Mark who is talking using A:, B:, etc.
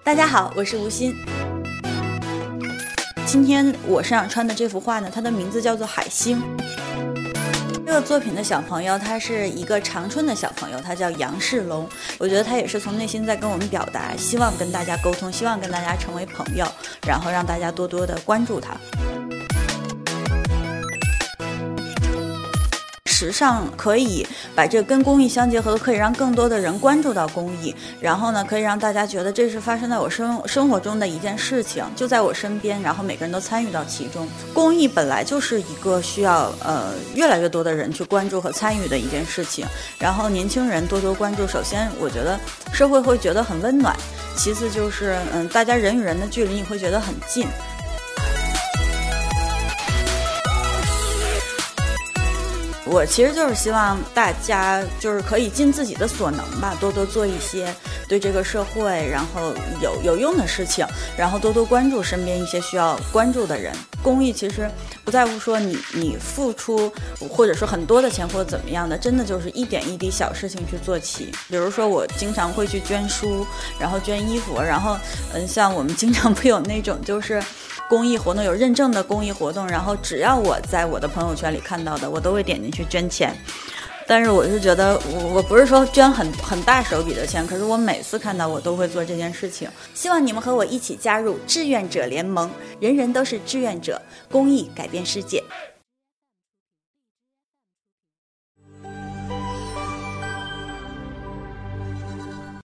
A: 大家好，我是吴昕。今天我身上穿的这幅画呢，它的名字叫做海星。这个作品的小朋友，他是一个长春的小朋友，他叫杨世龙。我觉得他也是从内心在跟我们表达，希望跟大家沟通，希望跟大家成为朋友，然后让大家多多的关注他。时尚可以把这个跟公益相结合，可以让更多的人关注到公益，然后呢，可以让大家觉得这是发生在我生活中的一件事情，就在我身边，然后每个人都参与到其中。公益本来就是一个需要越来越多的人去关注和参与的一件事情，然后年轻人多多关注，首先我觉得社会会觉得很温暖，其次就是大家人与人的距离你会觉得很近。我其实就是希望大家就是可以尽自己的所能吧，多多做一些对这个社会然后有用的事情，然后多多关注身边一些需要关注的人。公益其实不在乎说你付出或者说很多的钱或者怎么样的，真的就是一点一滴小事情去做起。比如说我经常会去捐书，然后捐衣服，然后像我们经常会有那种就是公益活动，有认证的公益活动，然后只要我在我的朋友圈里看到的，我都会点进去捐钱。但是我是觉得我不是说捐很大手笔的钱，可是我每次看到我都会做这件事情。希望你们和我一起加入志愿者联盟，人人都是志愿者，公益改变世界。